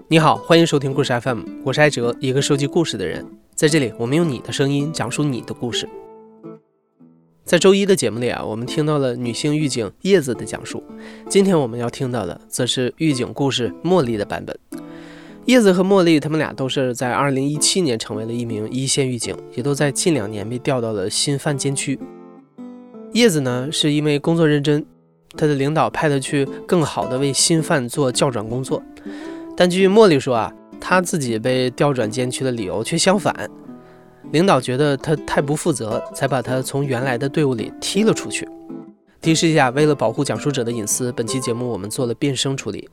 你好，欢迎收听故事 FM， 我是艾哲，一个收集故事的人。在这里，我们用你的声音讲述你的故事。在周一的节目里我们听到了女性狱警叶子的讲述。今天我们要听到的，则是狱警故事茉莉的版本。叶子和茉莉他们俩都是在2017年成为了一名一线狱警，也都在近2年被调到了新犯监区。叶子呢，是因为工作认真，他的领导派他去更好的为新犯做校转工作。但据茉莉说她自己被调转监区的理由却相反，领导觉得她太不负责，才把她从原来的队伍里踢了出去。提示一下，为了保护讲述者的隐私，本期节目我们做了变声处理。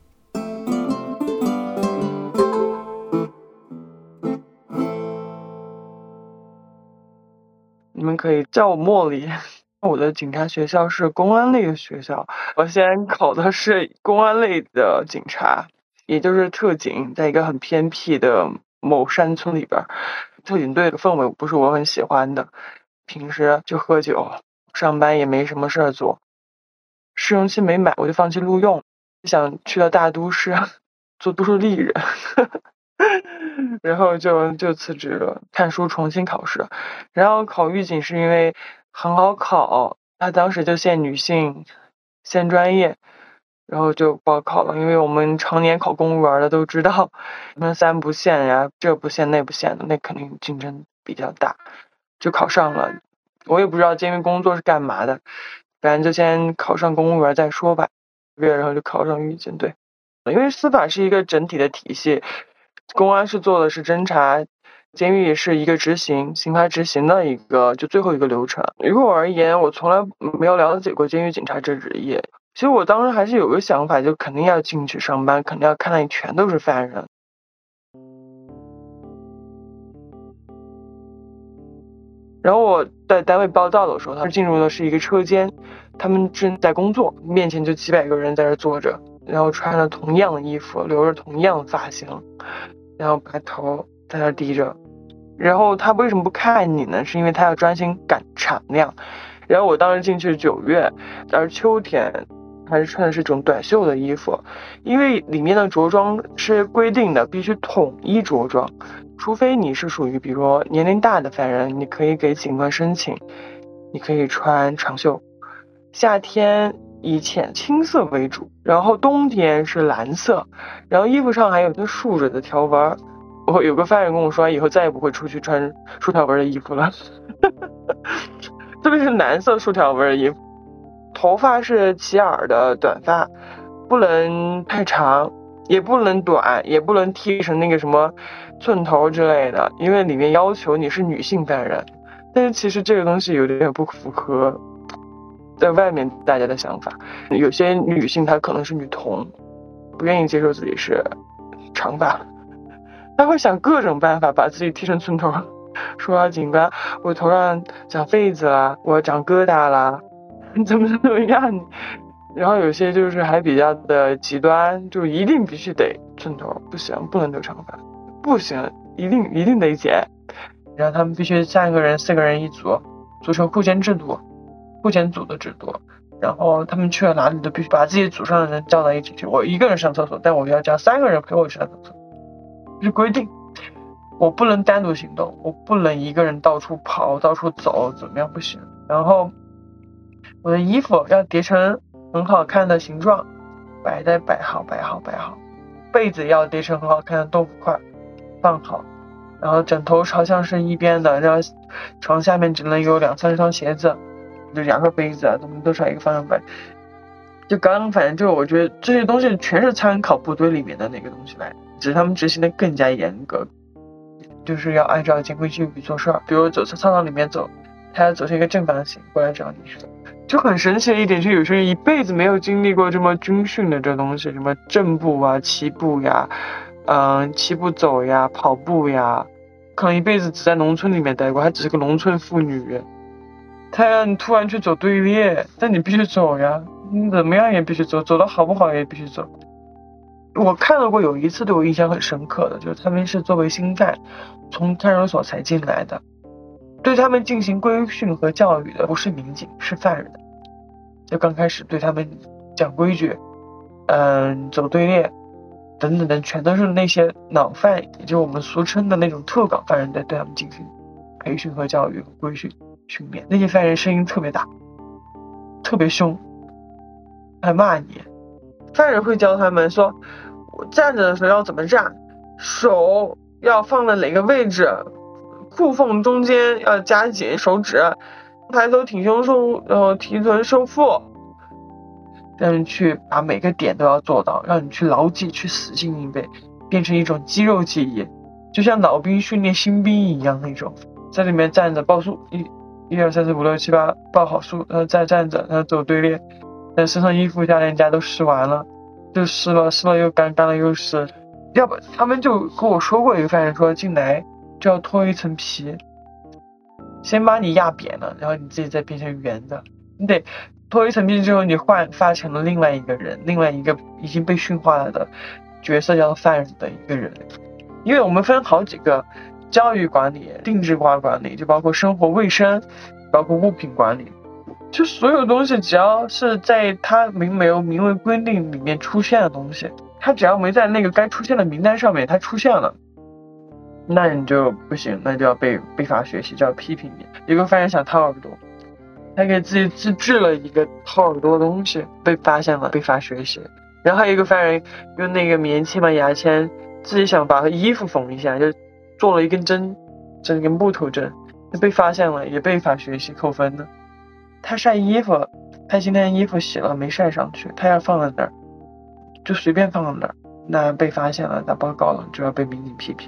你们可以叫我茉莉。我的警察学校是公安类的学校，我现在考的是公安类的警察，也就是特警，在一个很偏僻的某山村里边。特警队的氛围不是我很喜欢的，平时就喝酒，上班也没什么事儿做，试用期没买我就放弃录用，想去到大都市做都市丽人然后就辞职了，看书重新考试。然后考狱警是因为很好考，他当时就限女性限专业，然后就报考了。因为我们常年考公务员的都知道，什么3不限呀，这不限那不限的，那肯定竞争比较大，就考上了。我也不知道监狱工作是干嘛的，反正就先考上公务员再说吧，然后就考上狱警队。因为司法是一个整体的体系，公安是做的是侦查，监狱也是一个执行刑罚执行的一个就最后一个流程。于我而言，我从来没有了解过监狱警察这职业。其实我当时还是有个想法，就肯定要进去上班，肯定要看到你全都是犯人。然后我在单位报到的时候，他们进入的是一个车间，他们正在工作，面前就几百个人在这坐着，然后穿着同样的衣服，留着同样的发型，然后把头在那低着。然后他为什么不看你呢？是因为他要专心赶产量。然后我当时进去9月，而秋天还是穿的是这种短袖的衣服，因为里面的着装是规定的，必须统一着装，除非你是属于比如说年龄大的犯人，你可以给警官申请，你可以穿长袖。夏天以浅青色为主，然后冬天是蓝色，然后衣服上还有那竖着的条纹。我有个犯人跟我说，以后再也不会出去穿竖条纹的衣服了特别是蓝色竖条纹的衣服。头发是齐耳的短发，不能太长，也不能短，也不能剃成那个什么寸头之类的，因为里面要求你是女性犯人。但是其实这个东西有点不符合在外面大家的想法，有些女性她可能是女同，不愿意接受自己是长发，她会想各种办法把自己剃成寸头，说警官我头上长痱子啦，我长疙瘩啦，怎么样。然后有些就是还比较的极端，就一定必须得寸头，不行不能留长发，不行一定得剪。然后他们必须3个人4个人一组，组成互监制度，互监组的制度。然后他们去了哪里都必须把自己组上的人叫到一起去，我一个人上厕所，但我要叫3个人陪我去上厕所，这是规定。我不能单独行动，我不能一个人到处跑到处走，怎么样不行。然后我的衣服要叠成很好看的形状，摆好，被子要叠成很好看的豆腐块放好，然后枕头朝向是一边的，然后床下面只能有2-3双鞋子，就2个杯子怎么都少一个方向盘。就反正就我觉得这些东西全是参考部队里面的那个东西来，只是他们执行的更加严格，就是要按照监规纪律做事儿。比如走操场里面走，他要走成一个正方形过来找你。就很神奇的一点，就有些人一辈子没有经历过这么军训的这东西，什么正步啊、齐步呀、齐步走呀、跑步呀，可能一辈子只在农村里面待过，还只是个农村妇女。他让你突然去走队列，但你必须走呀，你怎么样也必须走，走得好不好也必须走。我看到过有一次对我印象很深刻的，就是他们是作为新犯从看守所才进来的，对他们进行规训和教育的不是民警，是犯人。就刚开始对他们讲规矩，走队列， 等等等，全都是那些脑犯，也就是我们俗称的那种特岗犯人在对他们进行培训和教育和规训训练。那些犯人声音特别大，特别凶，还骂你。犯人会教他们说，我站着的时候要怎么站，手要放在哪个位置，裤缝中间要夹紧手指，抬头挺胸收，然后提臀收腹，让你去把每个点都要做到，让你去牢记，去死记硬背，变成一种肌肉记忆，就像老兵训练新兵一样那种。在里面站着报数，1、2、3、4、5、6、7、8，报好数，然后再站着，然后走队列，但身上衣服下脸颊都湿完了，就湿了又干，干了又湿。要不他们就跟我说过，一个犯人说进来就要脱一层皮，先把你压扁了，然后你自己再变成圆的。你得脱一层皮之后，你焕发成了另外一个人，另外一个已经被驯化了的角色，叫犯人的一个人。因为我们分好几个教育管理、定制化管理，就包括生活卫生，包括物品管理，就所有东西只要是在它明文规定里面出现的东西，它只要没在那个该出现的名单上面，它出现了，那你就不行，那就要被罚学习，就要批评你。有个犯人想掏耳朵，他给自己自制了一个掏耳朵的东西，被发现了，被罚学习。然后还有一个犯人用那个棉签嘛，牙签，自己想把衣服缝一下，就做了一根针，整根木头针，被发现了，也被罚学习扣分的。他晒衣服，他今天衣服洗了没晒上去，他要放在那儿，就随便放在那儿，那被发现了，打报告了，就要被民警批评。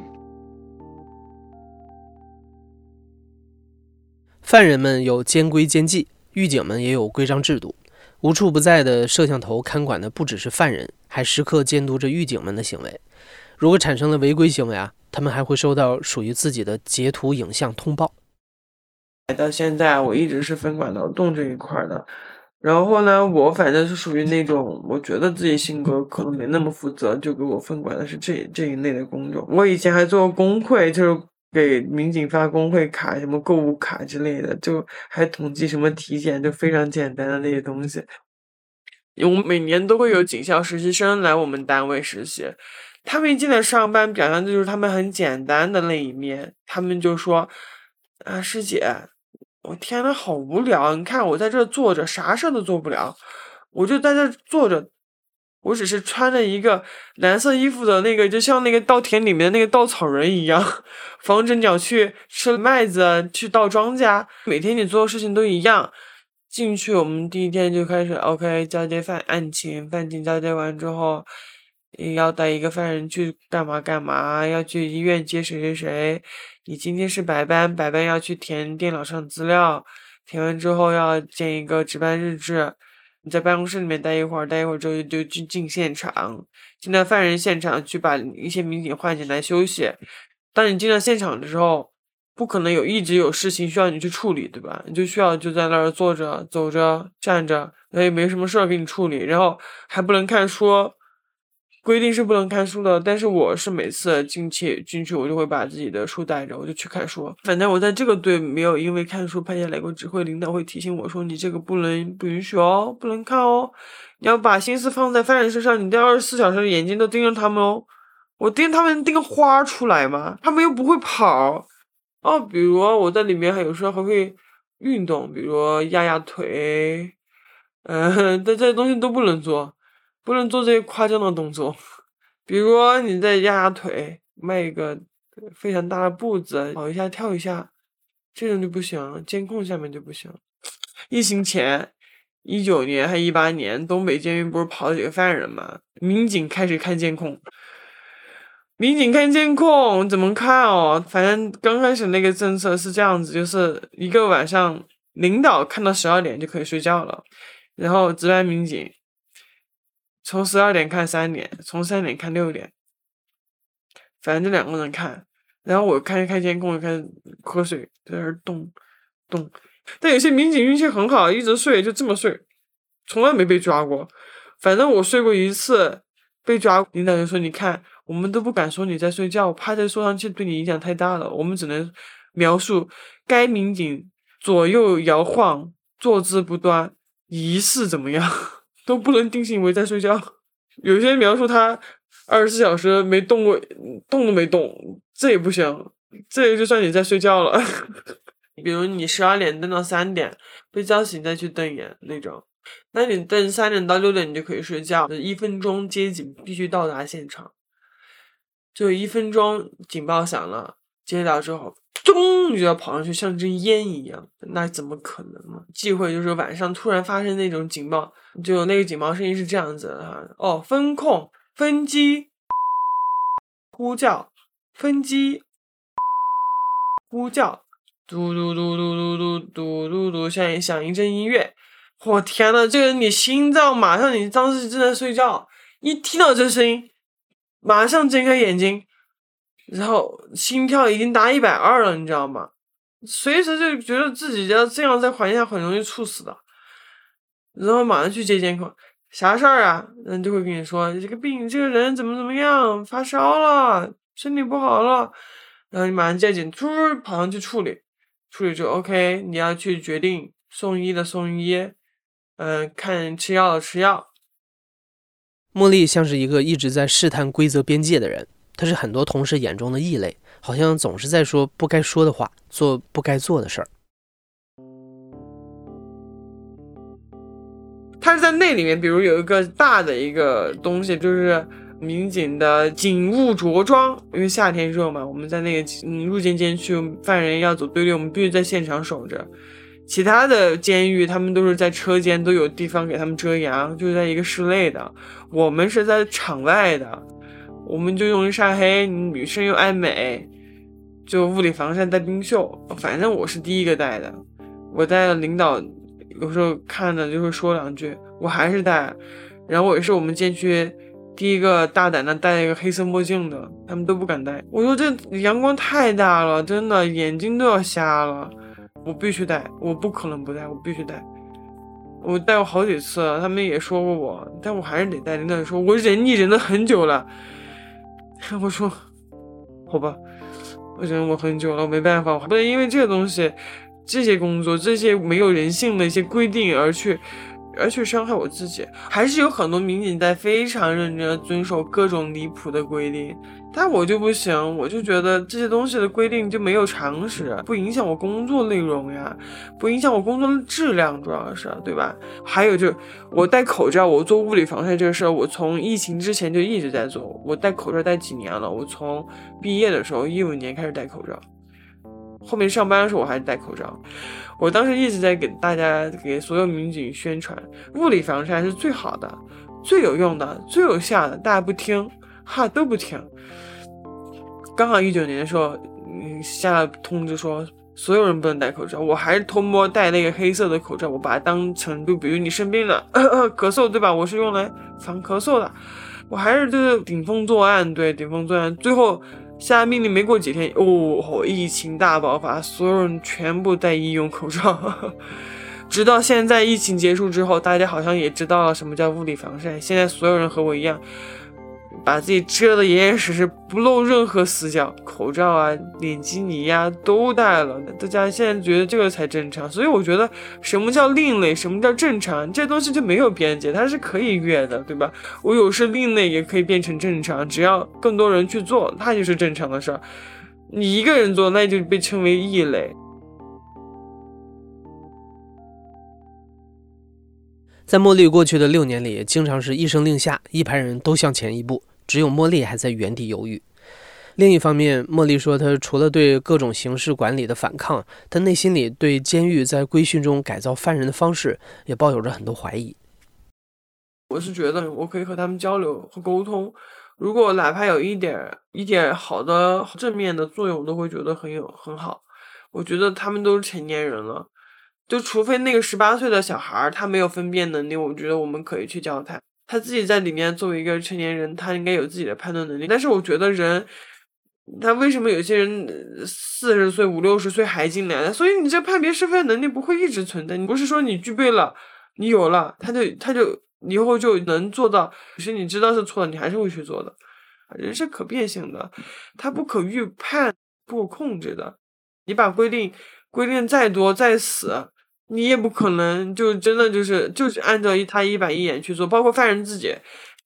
犯人们有监规监纪，狱警们也有规章制度。无处不在的摄像头看管的不只是犯人，还时刻监督着狱警们的行为。如果产生了违规行为他们还会收到属于自己的截图影像通报。 到现在我一直是分管劳动这一块的，然后呢，我反正是属于那种我觉得自己性格可能没那么负责，就给我分管的是这一类的工作。我以前还做过工会，就是给民警发工会卡，什么购物卡之类的，就还统计什么体检，就非常简单的那些东西。因为我们每年都会有警校实习生来我们单位实习，他们一进来上班，表现的就是他们很简单的那一面。他们就说：“啊，师姐，我天呐，好无聊！你看我在这坐着，啥事都做不了，我就在这坐着。我只是穿着一个蓝色衣服的那个，就像那个稻田里面的那个稻草人一样，防止鸟去吃麦子，去稻庄稼。每天你做的事情都一样。”进去我们第一天就开始 OK 交接案情交接完之后，要带一个犯人去干嘛，要去医院接谁，你今天是白班要去填电脑上资料，填完之后要建一个值班日志，你在办公室里面待一会儿之后就去进现场，进到犯人现场去把一些民警唤进来休息。当你进到现场的时候，不可能一直有事情需要你去处理，对吧？你就需要就在那儿坐着、走着、站着，然后也没什么事儿给你处理，然后还不能看书，规定是不能看书的。但是我是每次进去我就会把自己的书带着，我就去看书。反正我在这个队没有因为看书派下来过指挥，领导会提醒我说你这个不允许哦，不能看哦，你要把心思放在犯人身上，你这24小时眼睛都盯着他们哦。我盯他们盯花出来嘛，他们又不会跑。比如我在里面有时候还会运动，比如压腿，但这些东西都不能做这些夸张的动作。比如你在压腿，迈一个非常大的步子，跑一下跳一下，这种就不行，监控下面就不行。疫情前19年还18年，东北监狱不是跑了几个犯人嘛？民警开始看监控。民警看监控怎么看哦？反正刚开始那个政策是这样子，就是一个晚上领导看到12点就可以睡觉了，然后值班民警从12点看3点，从3点看6点，反正就2个人看。然后我看监控，开始喝水，在那儿动。但有些民警运气很好，一直睡，就这么睡，从来没被抓过。反正我睡过一次，被抓，领导就说：“你看。”我们都不敢说你在睡觉，怕这说上去对你影响太大了。我们只能描述该民警左右摇晃、坐姿不端、仪式怎么样，都不能定性为在睡觉。有些描述他 24小时没动过，动都没动，这也不行，这就算你在睡觉了。比如你12点瞪到3点，被叫醒再去瞪眼那种，那你瞪3点到6点你就可以睡觉。1分钟接警必须到达现场，就1分钟警报响了，接到之后，咚你就要跑上去，像阵烟一样，那怎么可能呢？忌讳就是晚上突然发生那种警报，就那个警报声音是这样子的哈，哦，分控、分机、呼叫、分机、呼叫。嘟嘟嘟嘟嘟嘟嘟嘟嘟，响一阵音乐，我天呐，这个你心脏马上，你当时正在睡觉，一听到这声音，马上睁开眼睛，然后心跳已经达120了，你知道吗？随时就觉得自己要这样在环境下很容易猝死的，然后马上去接监控，啥事儿啊？人就会跟你说这个人怎么样，发烧了，身体不好了，然后你马上接警，突跑上去处理就 OK， 你要去决定送医的送医，看吃药的吃药。 茉莉像是一个一直在试探规则边界的人，她是很多同事眼中的异类，好像总是在说不该说的话，做不该做的事儿。 他是在那里面，比如有一个大的一个东西，就是民警的警务着装，因为夏天热嘛，我们在那个入监监区，犯人要走队列，我们必须在现场守着。其他的监狱他们都是在车间，都有地方给他们遮阳，就是在一个室内的，我们是在场外的，我们就容易晒黑，女生又爱美，就物理防晒带冰袖，反正我是第一个带的，我带了领导有时候看着就会说2句，我还是戴。然后我也是我们监区第一个大胆的戴了一个黑色墨镜的，他们都不敢戴。我说这阳光太大了，真的眼睛都要瞎了，我必须戴，我不可能不戴，我必须戴。我戴过好几次，他们也说过我，但我还是得戴。领导说我忍你忍了很久了，我说好吧，我忍我很久了，我没办法，不能因为这个东西。这些工作，这些没有人性的一些规定而去伤害我自己，还是有很多民警在非常认真的遵守各种离谱的规定，但我就不行，我就觉得这些东西的规定就没有常识，不影响我工作内容呀，不影响我工作的质量，主要是对吧？还有就我戴口罩，我做物理防晒这个事儿，我从疫情之前就一直在做，我戴口罩戴几年了，我从毕业的时候15年开始戴口罩。后面上班的时候我还戴口罩，我当时一直在给所有民警宣传，物理防晒是最好的、最有用的、最有效的，大家不听，都不听。刚好19年的时候，下了通知说所有人不能戴口罩，我还是偷摸戴那个黑色的口罩，我把它当成就比如你生病了咳嗽对吧，我是用来防咳嗽的，我还是就是顶风作案，对，顶风作案，最后。下命令没过几天，疫情大爆发，所有人全部戴医用口罩。直到现在疫情结束之后，大家好像也知道了什么叫物理防晒。现在所有人和我一样，把自己遮得严严实实，不露任何死角，口罩啊、脸基尼呀都戴了。大家现在觉得这个才正常，所以我觉得什么叫另类，什么叫正常，这东西就没有边界，它是可以越的，对吧？我有时另类也可以变成正常，只要更多人去做，它就是正常的事儿。你一个人做，那就被称为异类。 在茉莉过去的6年里，经常是一声令下，一排人都向前一步，只有茉莉还在原地犹豫。另一方面，茉莉说，她除了对各种刑事管理的反抗，她内心里对监狱在规训中改造犯人的方式也抱有着很多怀疑。 我是觉得我可以和他们交流和沟通，如果哪怕有一点好的正面的作用，都会觉得很好。我觉得他们都是成年人了，就除非那个18岁的小孩他没有分辨能力，我觉得我们可以去教他自己在里面作为一个成年人，他应该有自己的判断能力。但是我觉得人他为什么有些人40岁50-60岁还进来了？所以你这判别是非能力不会一直存在，你不是说你具备了你有了他就以后就能做到，可是你知道是错的，你还是会去做的。人是可变性的，他不可预判、不可控制的。你把规定再多再死，你也不可能就真的就是按照他一板一眼去做。包括犯人自己，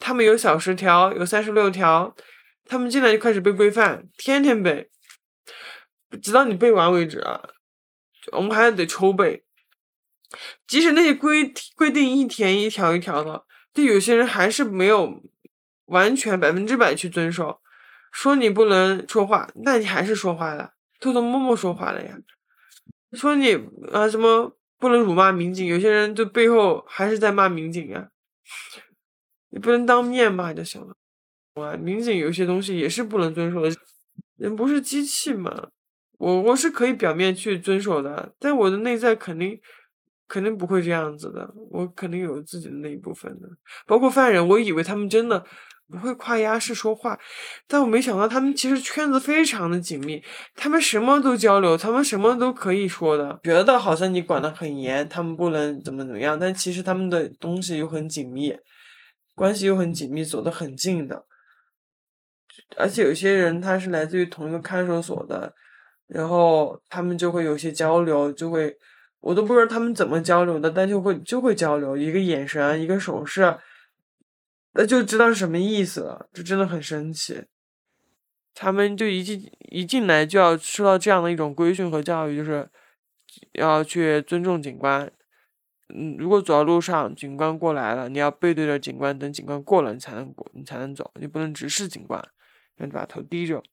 他们有小10条，有36条，他们进来就开始背规范，天天背，直到你背完为止啊。我们还得抽背，即使那些规定一天一条一条的，就有些人还是没有完全100%去遵守。说你不能说话，那你还是说话了，偷偷摸摸说话了呀。说你什么不能辱骂民警，有些人就背后还是在骂民警呀。你不能当面骂就行了。民警有些东西也是不能遵守的，人不是机器嘛。我是可以表面去遵守的，但我的内在肯定不会这样子的，我肯定有自己的那一部分的。包括犯人，我以为他们真的不会夸压式说话，但我没想到他们其实圈子非常的紧密，他们什么都交流，他们什么都可以说的。觉得好像你管得很严，他们不能怎么样，但其实他们的东西又很紧密，关系又很紧密，走得很近的。而且有些人他是来自于同一个看守所的，然后他们就会有些交流，我都不知道他们怎么交流的，但就会交流，一个眼神，一个手势，那就知道是什么意思了，就真的很生气。他们就一进来就要受到这样的一种规训和教育，就是要去尊重警官。如果走到路上，警官过来了，你要背对着警官，等警官过了你才能走，你不能直视警官，让你把头低着。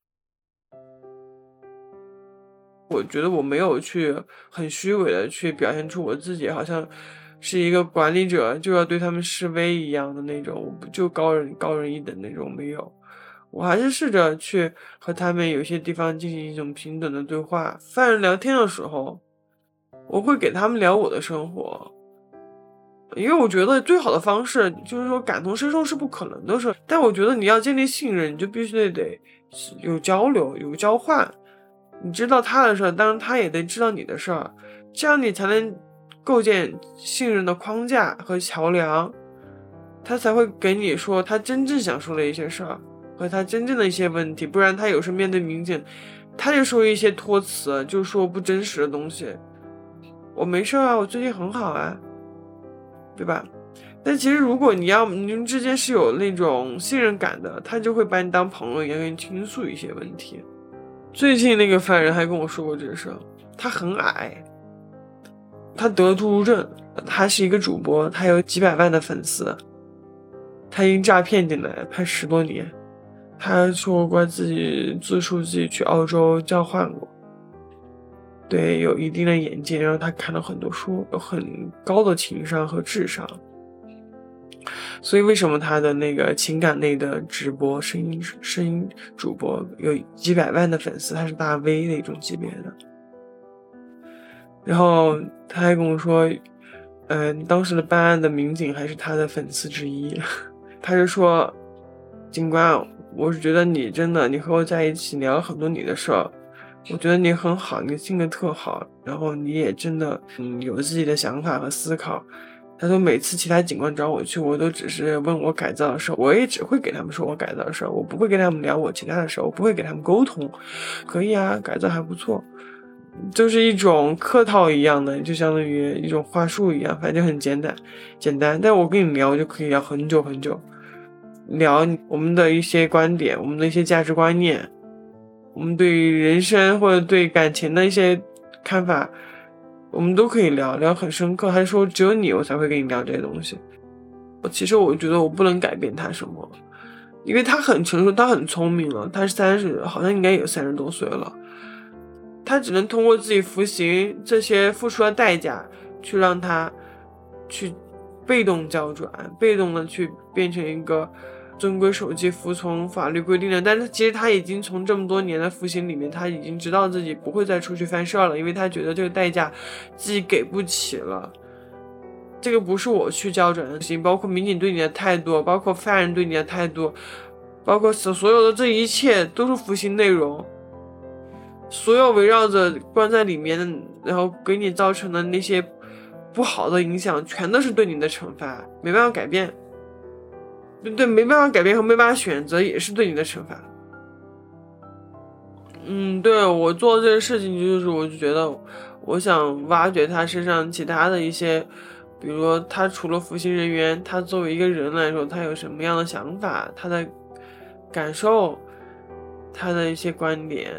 我觉得我没有去很虚伪的去表现出我自己好像是一个管理者，就要对他们示威一样的那种，我就高人一等那种，没有。我还是试着去和他们有些地方进行一种平等的对话。犯人聊天的时候，我会给他们聊我的生活，因为我觉得最好的方式就是说感同身受是不可能的事，但我觉得你要建立信任，你就必须得有交流，有交换。你知道他的事儿，当然他也得知道你的事儿，这样你才能构建信任的框架和桥梁，他才会给你说他真正想说的一些事儿和他真正的一些问题。不然他有时面对民警，他就说一些托词，就说不真实的东西。我没事啊，我最近很好啊，对吧？但其实如果你们之间是有那种信任感的，他就会把你当朋友一样跟你倾诉一些问题。最近那个犯人还跟我说过这事，他很矮，他得侏儒症，他是一个主播，他有几百万的粉丝，他因诈骗进来拍10多年，他说过自己自述自己去澳洲交换过，对，有一定的眼界，然后他看了很多书，有很高的情商和智商。所以为什么他的那个情感类的直播声音主播有几百万的粉丝，他是大 V 那种级别的。然后他还跟我说当时的办案的民警还是他的粉丝之一。他就说，警官，我是觉得你真的，你和我在一起聊了很多你的事儿，我觉得你很好，你性格特好，然后你也真的有自己的想法和思考。他说每次其他警官找我去，我都只是问我改造的事，我也只会给他们说我改造的事，我不会跟他们聊我其他的事，我不会给他们沟通。可以啊，改造还不错，就是一种客套一样的，就相当于一种话术一样，反正很简单。但我跟你聊，我就可以聊很久很久，聊我们的一些观点，我们的一些价值观念，我们对于人生或者对感情的一些看法，我们都可以聊很深刻。还说只有你我才会跟你聊这些东西。其实我觉得我不能改变他什么，因为他很成熟，他很聪明了，他是好像应该有30多岁了，他只能通过自己服刑这些付出的代价，去让他去被动交转，被动的去变成一个遵规守纪、服从法律规定的。但是其实他已经从这么多年的服刑里面，他已经知道自己不会再出去犯事了，因为他觉得这个代价自己给不起了。这个不是我去校准的事情，包括民警对你的态度，包括犯人对你的态度，包括所有的这一切都是服刑内容。所有围绕着关在里面，然后给你造成的那些不好的影响，全都是对你的惩罚，没办法改变。对，没办法改变和没办法选择，也是对你的惩罚。对，我做这个事情就是，我就觉得我想挖掘他身上其他的一些比如说他除了服刑人员，他作为一个人来说，他有什么样的想法，他的感受，他的一些观点。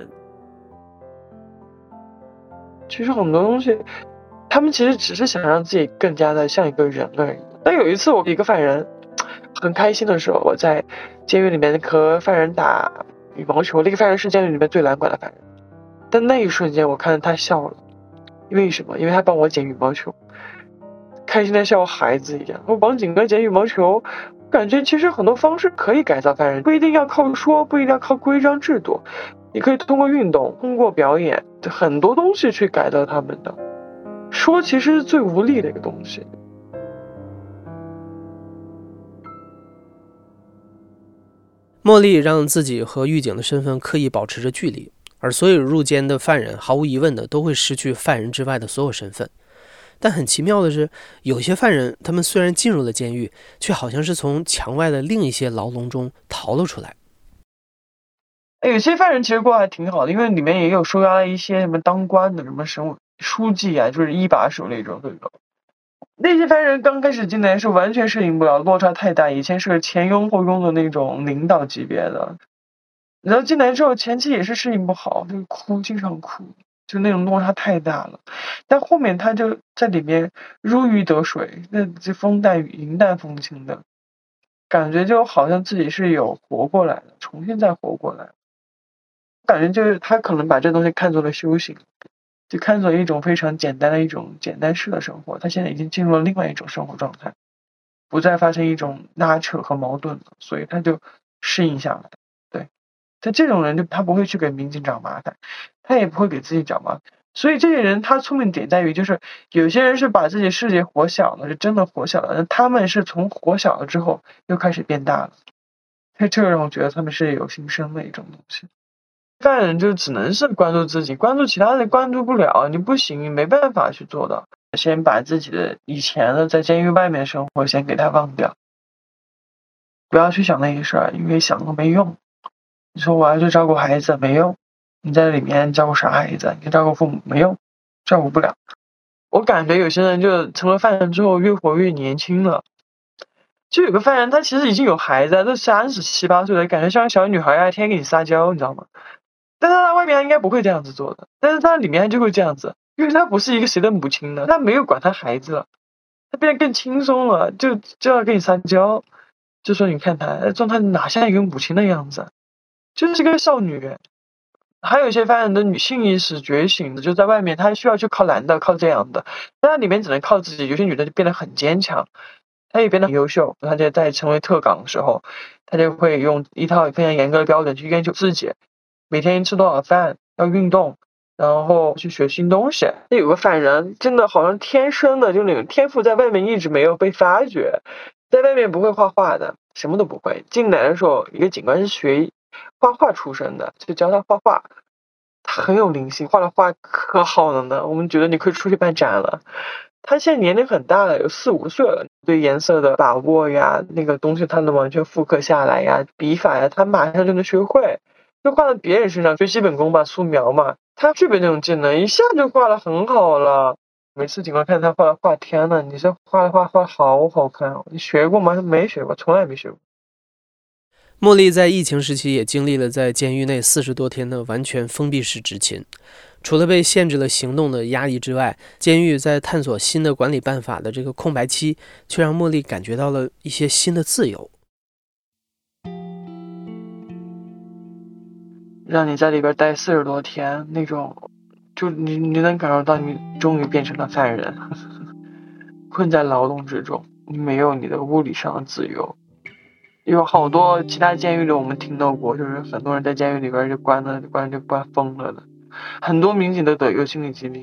其实很多东西他们其实只是想让自己更加的像一个人而已。但有一次我一个犯人很开心的时候，我在监狱里面和犯人打羽毛球，那个犯人是监狱里面最难管的犯人，但那一瞬间我看到他笑了。为什么？因为他帮我捡羽毛球，开心的像孩子一样。我帮警官捡羽毛球，感觉其实很多方式可以改造犯人，不一定要靠说，不一定要靠规章制度，你可以通过运动，通过表演，很多东西去改造他们的。说其实是最无力的一个东西。 茉莉让自己和狱警的身份刻意保持着距离，而所有入监的犯人毫无疑问的都会失去犯人之外的所有身份。但很奇妙的是，有些犯人他们虽然进入了监狱，却好像是从墙外的另一些牢笼中逃了出来。 有些犯人其实过得还挺好的，因为里面也有收押了一些什么当官的，什么省委书记啊，就是一把手那种。那些犯人刚开始进来是完全适应不了，落差太大。以前是前拥后拥的那种领导级别的，然后进来之后前期也是适应不好，就哭，经常哭，就那种落差太大了。但后面他就在里面如鱼得水，那这风淡雨云淡风轻的感觉，就好像自己是有活过来的，重新再活过来。感觉就是他可能把这东西看作了修行，就看作一种非常简单的一种简单式的生活。他现在已经进入了另外一种生活状态，不再发生一种拉扯和矛盾了，所以他就适应下来。对，他这种人就他不会去给民警找麻烦，他也不会给自己找麻烦。所以这些人他聪明点在于，就是有些人是把自己世界活小了，是真的活小了，但他们是从活小了之后又开始变大了。这个让我觉得他们是有新生的一种东西。犯人就只能是关注自己，关注其他的关注不了，你不行，你没办法去做到。先把自己的以前的在监狱外面的生活先给他忘掉，不要去想那些事儿，因为想都没用。你说我要去照顾孩子没用，你在里面照顾啥孩子？你照顾父母没用，照顾不了。我感觉有些人就成了犯人之后越活越年轻了。就有个犯人他其实已经有孩子，都37、8岁了，感觉像小女孩啊，天天给你撒娇，你知道吗？但他在外面应该不会这样子做的，但是他里面就会这样子，因为他不是一个谁的母亲了，他没有管他孩子了，他变得更轻松了，就要跟你撒娇，就说你看他状态哪像一个母亲的样子，就是个少女。还有一些犯人的女性意识觉醒的，就在外面她需要去靠男的，靠这样的，但她里面只能靠自己。有些女的就变得很坚强，她也变得很优秀，她就在成为特岗的时候，她就会用一套非常严格的标准去要求自己。每天吃多少饭，要运动，然后去学新东西。那有个犯人真的好像天生的就那种天赋在外面一直没有被发掘，在外面不会画画的，什么都不会。进来的时候一个警官是学画画出身的，就教他画画，他很有灵性，画的画可好了呢，我们觉得你可以出去办展了。他现在年龄很大了，有4、5岁了，对颜色的把握呀，那个东西他能完全复刻下来呀，笔法呀，他马上就能学会。就画在别人身上，学基本功吧，素描嘛，他具备那种技能，一下就画得很好了。每次警官看他画的画，天呐，你这画的画画好好看哦！你学过吗？没学过，从来没学过。 茉莉在疫情时期也经历了在监狱内40多天的完全封闭式执勤，除了被限制了行动的压力之外，监狱在探索新的管理办法的这个空白期，却让茉莉感觉到了一些新的自由。 让你在里边待40多天，那种，就你能感受到你终于变成了犯人，困在牢笼之中，你没有你的物理上的自由。有好多其他监狱的我们听到过，就是很多人在监狱里边就关疯了的，很多民警都得有心理疾病。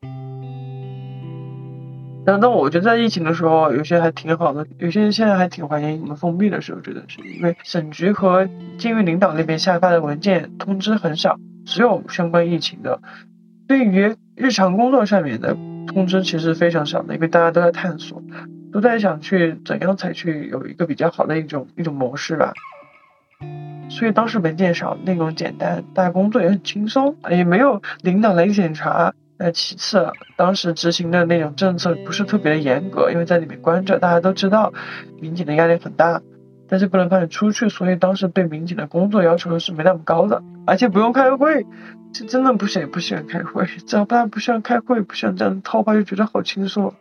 但我觉得在疫情的时候，有些还挺好的，有些人现在还挺怀念我们封闭的时候，真的是因为省局和监狱领导那边下发的文件通知很少，只有相关疫情的，对于日常工作上面的通知其实非常少的，因为大家都在探索，都在想去怎样才去有一个比较好的一种模式吧。所以当时文件少，内容简单，大家工作也很轻松，也没有领导来检查， 那其次，当时执行的那种政策不是特别的严格，因为在里面关着，大家都知道民警的压力很大，但是不能放你出去，所以当时对民警的工作要求是没那么高的，而且不用开会，是真的不喜欢开会，只要大家不喜欢开会，不喜欢这样套话，就觉得好轻松。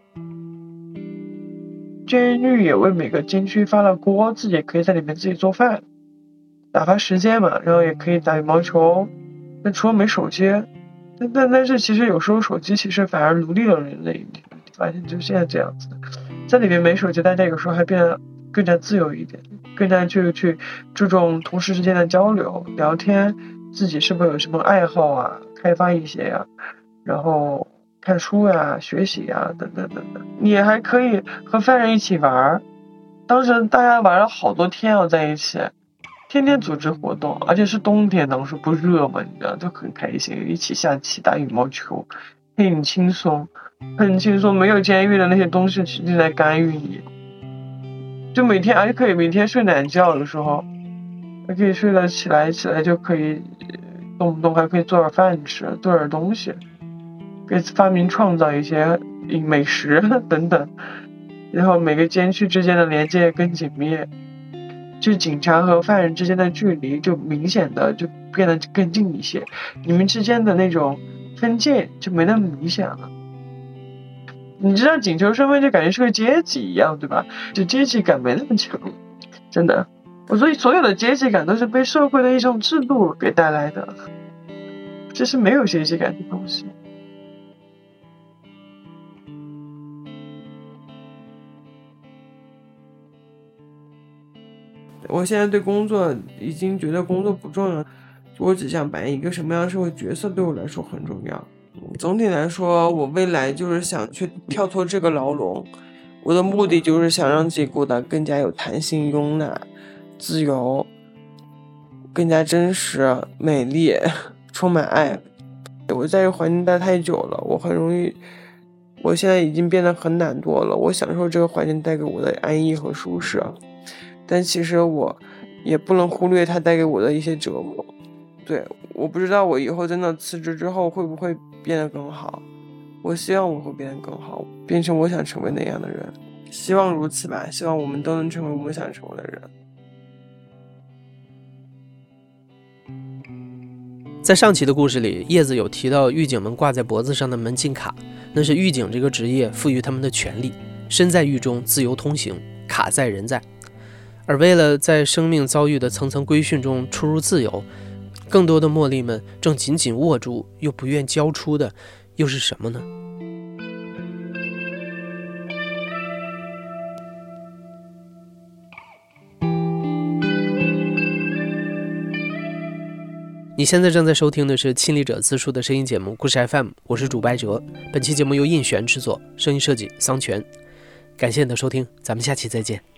监狱也为每个监区发了锅，自己也可以在里面自己做饭，打发时间嘛，然后也可以打羽毛球，但除了没手机。但是其实有时候手机其实反而奴隶了人类，你发现就现在这样子的，在里面没手机，大家有时候还变得更加自由一点，更加去注重同事之间的交流聊天，自己是不是有什么爱好啊，开发一些呀，然后看书呀、学习呀等等等等。你还可以和犯人一起玩，当时大家玩了好多天要在一起，天天组织活动，而且是冬天，当时不热嘛，你知道，就很开心，一起下棋打羽毛球，很轻松，没有监狱的那些东西进来干预你，就每天，而且可以每天睡懒觉的时候，还可以睡得起来就可以，动不动还可以做点饭吃，做点东西，可以发明创造一些美食等等，然后每个监区之间的连接更紧密。就警察和犯人之间的距离就明显的就变得更近一些，你们之间的那种分界就没那么明显了。你知道警球身份就感觉是个阶级一样，对吧？就阶级感没那么强，真的。所以所有的阶级感都是被社会的一种制度给带来的，这是没有阶级感的东西。 我现在对工作已经觉得工作不重要，我只想扮演一个什么样的社会角色对我来说很重要。总体来说，我未来就是想去跳脱这个牢笼，我的目的就是想让自己过得更加有弹性、慵懒、自由，更加真实、美丽、充满爱。我在这个环境待太久了，我很容易，我现在已经变得很懒惰了。我享受这个环境带给我的安逸和舒适，但其实我也不能忽略它带给我的一些折磨。对，我不知道我以后真的辞职之后会不会变得更好，我希望我会变得更好，变成我想成为那样的人，希望如此吧，希望我们都能成为我们想成为的人。 在上期的故事里，叶子有提到狱警们挂在脖子上的门禁卡，那是狱警这个职业赋予他们的权利，身在狱中自由通行，卡在人在。而为了在生命遭遇的层层规训中出入自由，更多的茉莉们正紧紧握住又不愿交出的又是什么呢？你现在正在收听的是亲历者自述的声音节目故事 FM， 我是主白哲。本期节目由印璇制作，声音设计桑泉。感谢你的收听，咱们下期再见。